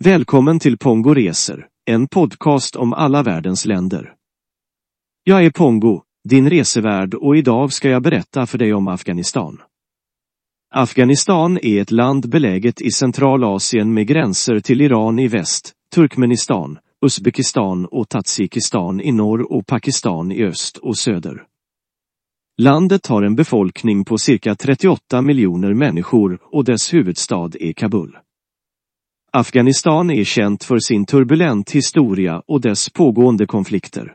Välkommen till Pongo Reser, en podcast om alla världens länder. Jag är Pongo, din resevärd, och idag ska jag berätta för dig om Afghanistan. Afghanistan är ett land beläget i Centralasien med gränser till Iran i väst, Turkmenistan, Uzbekistan och Tadzjikistan i norr och Pakistan i öst och söder. Landet har en befolkning på cirka 38 miljoner människor och dess huvudstad är Kabul. Afghanistan är känt för sin turbulent historia och dess pågående konflikter.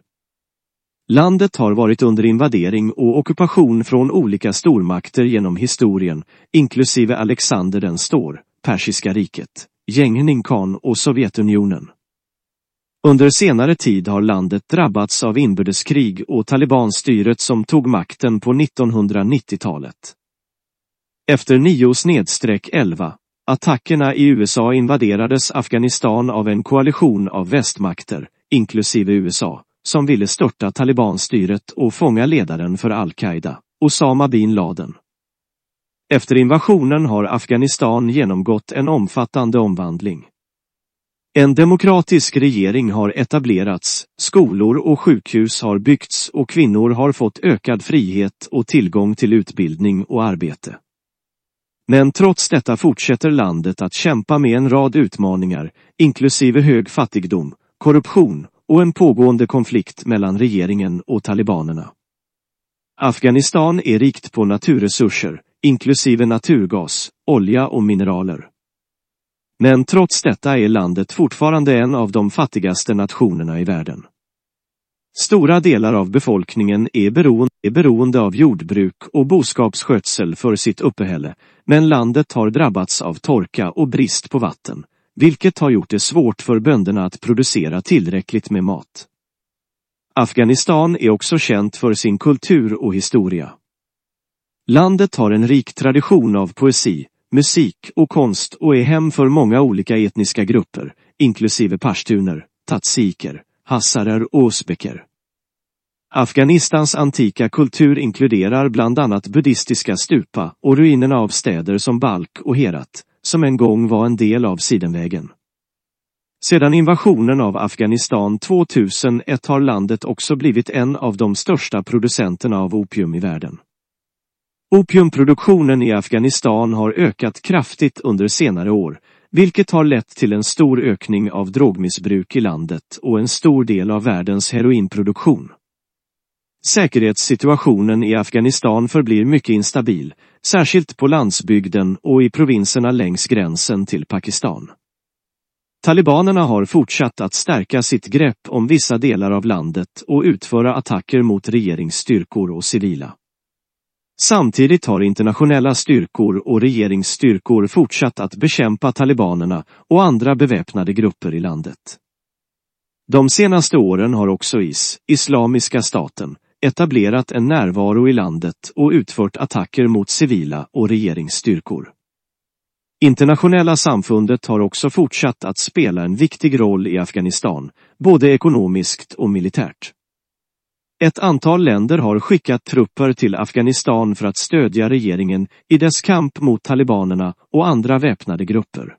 Landet har varit under invadering och ockupation från olika stormakter genom historien, inklusive Alexander den store, Persiska riket, Genghis khan och Sovjetunionen. Under senare tid har landet drabbats av inbördeskrig och talibanstyret som tog makten på 1990-talet. Efter 9/11 attackerna i USA invaderades Afghanistan av en koalition av västmakter, inklusive USA, som ville störta talibanstyret och fånga ledaren för Al-Qaida, Osama bin Laden. Efter invasionen har Afghanistan genomgått en omfattande omvandling. En demokratisk regering har etablerats, skolor och sjukhus har byggts och kvinnor har fått ökad frihet och tillgång till utbildning och arbete. Men trots detta fortsätter landet att kämpa med en rad utmaningar, inklusive hög fattigdom, korruption och en pågående konflikt mellan regeringen och talibanerna. Afghanistan är rikt på naturresurser, inklusive naturgas, olja och mineraler. Men trots detta är landet fortfarande en av de fattigaste nationerna i världen. Stora delar av befolkningen är beroende av jordbruk och boskapsskötsel för sitt uppehälle, men landet har drabbats av torka och brist på vatten, vilket har gjort det svårt för bönderna att producera tillräckligt med mat. Afghanistan är också känt för sin kultur och historia. Landet har en rik tradition av poesi, musik och konst och är hem för många olika etniska grupper, inklusive pashtuner, tadsjiker, hazzarer och uzbeker. Afghanistans antika kultur inkluderar bland annat buddhistiska stupa och ruinerna av städer som Balk och Herat, som en gång var en del av Sidenvägen. Sedan invasionen av Afghanistan 2001 har landet också blivit en av de största producenterna av opium i världen. Opiumproduktionen i Afghanistan har ökat kraftigt under senare år, vilket har lett till en stor ökning av drogmissbruk i landet och en stor del av världens heroinproduktion. Säkerhetssituationen i Afghanistan förblir mycket instabil, särskilt på landsbygden och i provinserna längs gränsen till Pakistan. Talibanerna har fortsatt att stärka sitt grepp om vissa delar av landet och utföra attacker mot regeringsstyrkor och civila. Samtidigt har internationella styrkor och regeringsstyrkor fortsatt att bekämpa talibanerna och andra beväpnade grupper i landet. De senaste åren har också Islamiska staten etablerat en närvaro i landet och utfört attacker mot civila och regeringsstyrkor. Internationella samfundet har också fortsatt att spela en viktig roll i Afghanistan, både ekonomiskt och militärt. Ett antal länder har skickat trupper till Afghanistan för att stödja regeringen i dess kamp mot talibanerna och andra väpnade grupper.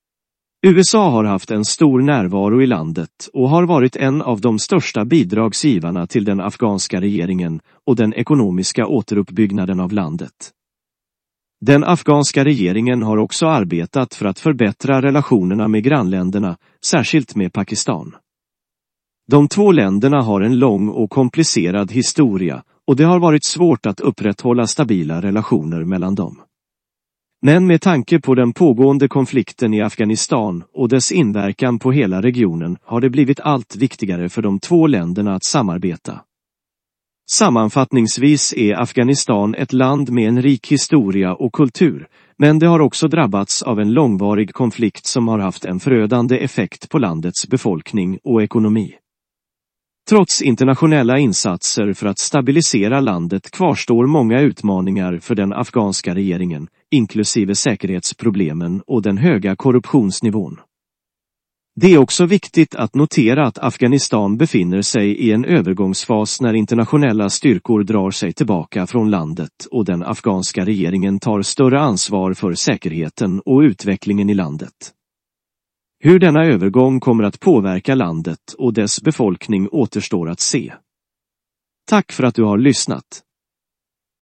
USA har haft en stor närvaro i landet och har varit en av de största bidragsgivarna till den afghanska regeringen och den ekonomiska återuppbyggnaden av landet. Den afghanska regeringen har också arbetat för att förbättra relationerna med grannländerna, särskilt med Pakistan. De två länderna har en lång och komplicerad historia och det har varit svårt att upprätthålla stabila relationer mellan dem. Men med tanke på den pågående konflikten i Afghanistan och dess inverkan på hela regionen har det blivit allt viktigare för de två länderna att samarbeta. Sammanfattningsvis är Afghanistan ett land med en rik historia och kultur, men det har också drabbats av en långvarig konflikt som har haft en förödande effekt på landets befolkning och ekonomi. Trots internationella insatser för att stabilisera landet kvarstår många utmaningar för den afghanska regeringen, inklusive säkerhetsproblemen och den höga korruptionsnivån. Det är också viktigt att notera att Afghanistan befinner sig i en övergångsfas när internationella styrkor drar sig tillbaka från landet och den afghanska regeringen tar större ansvar för säkerheten och utvecklingen i landet. Hur denna övergång kommer att påverka landet och dess befolkning återstår att se. Tack för att du har lyssnat.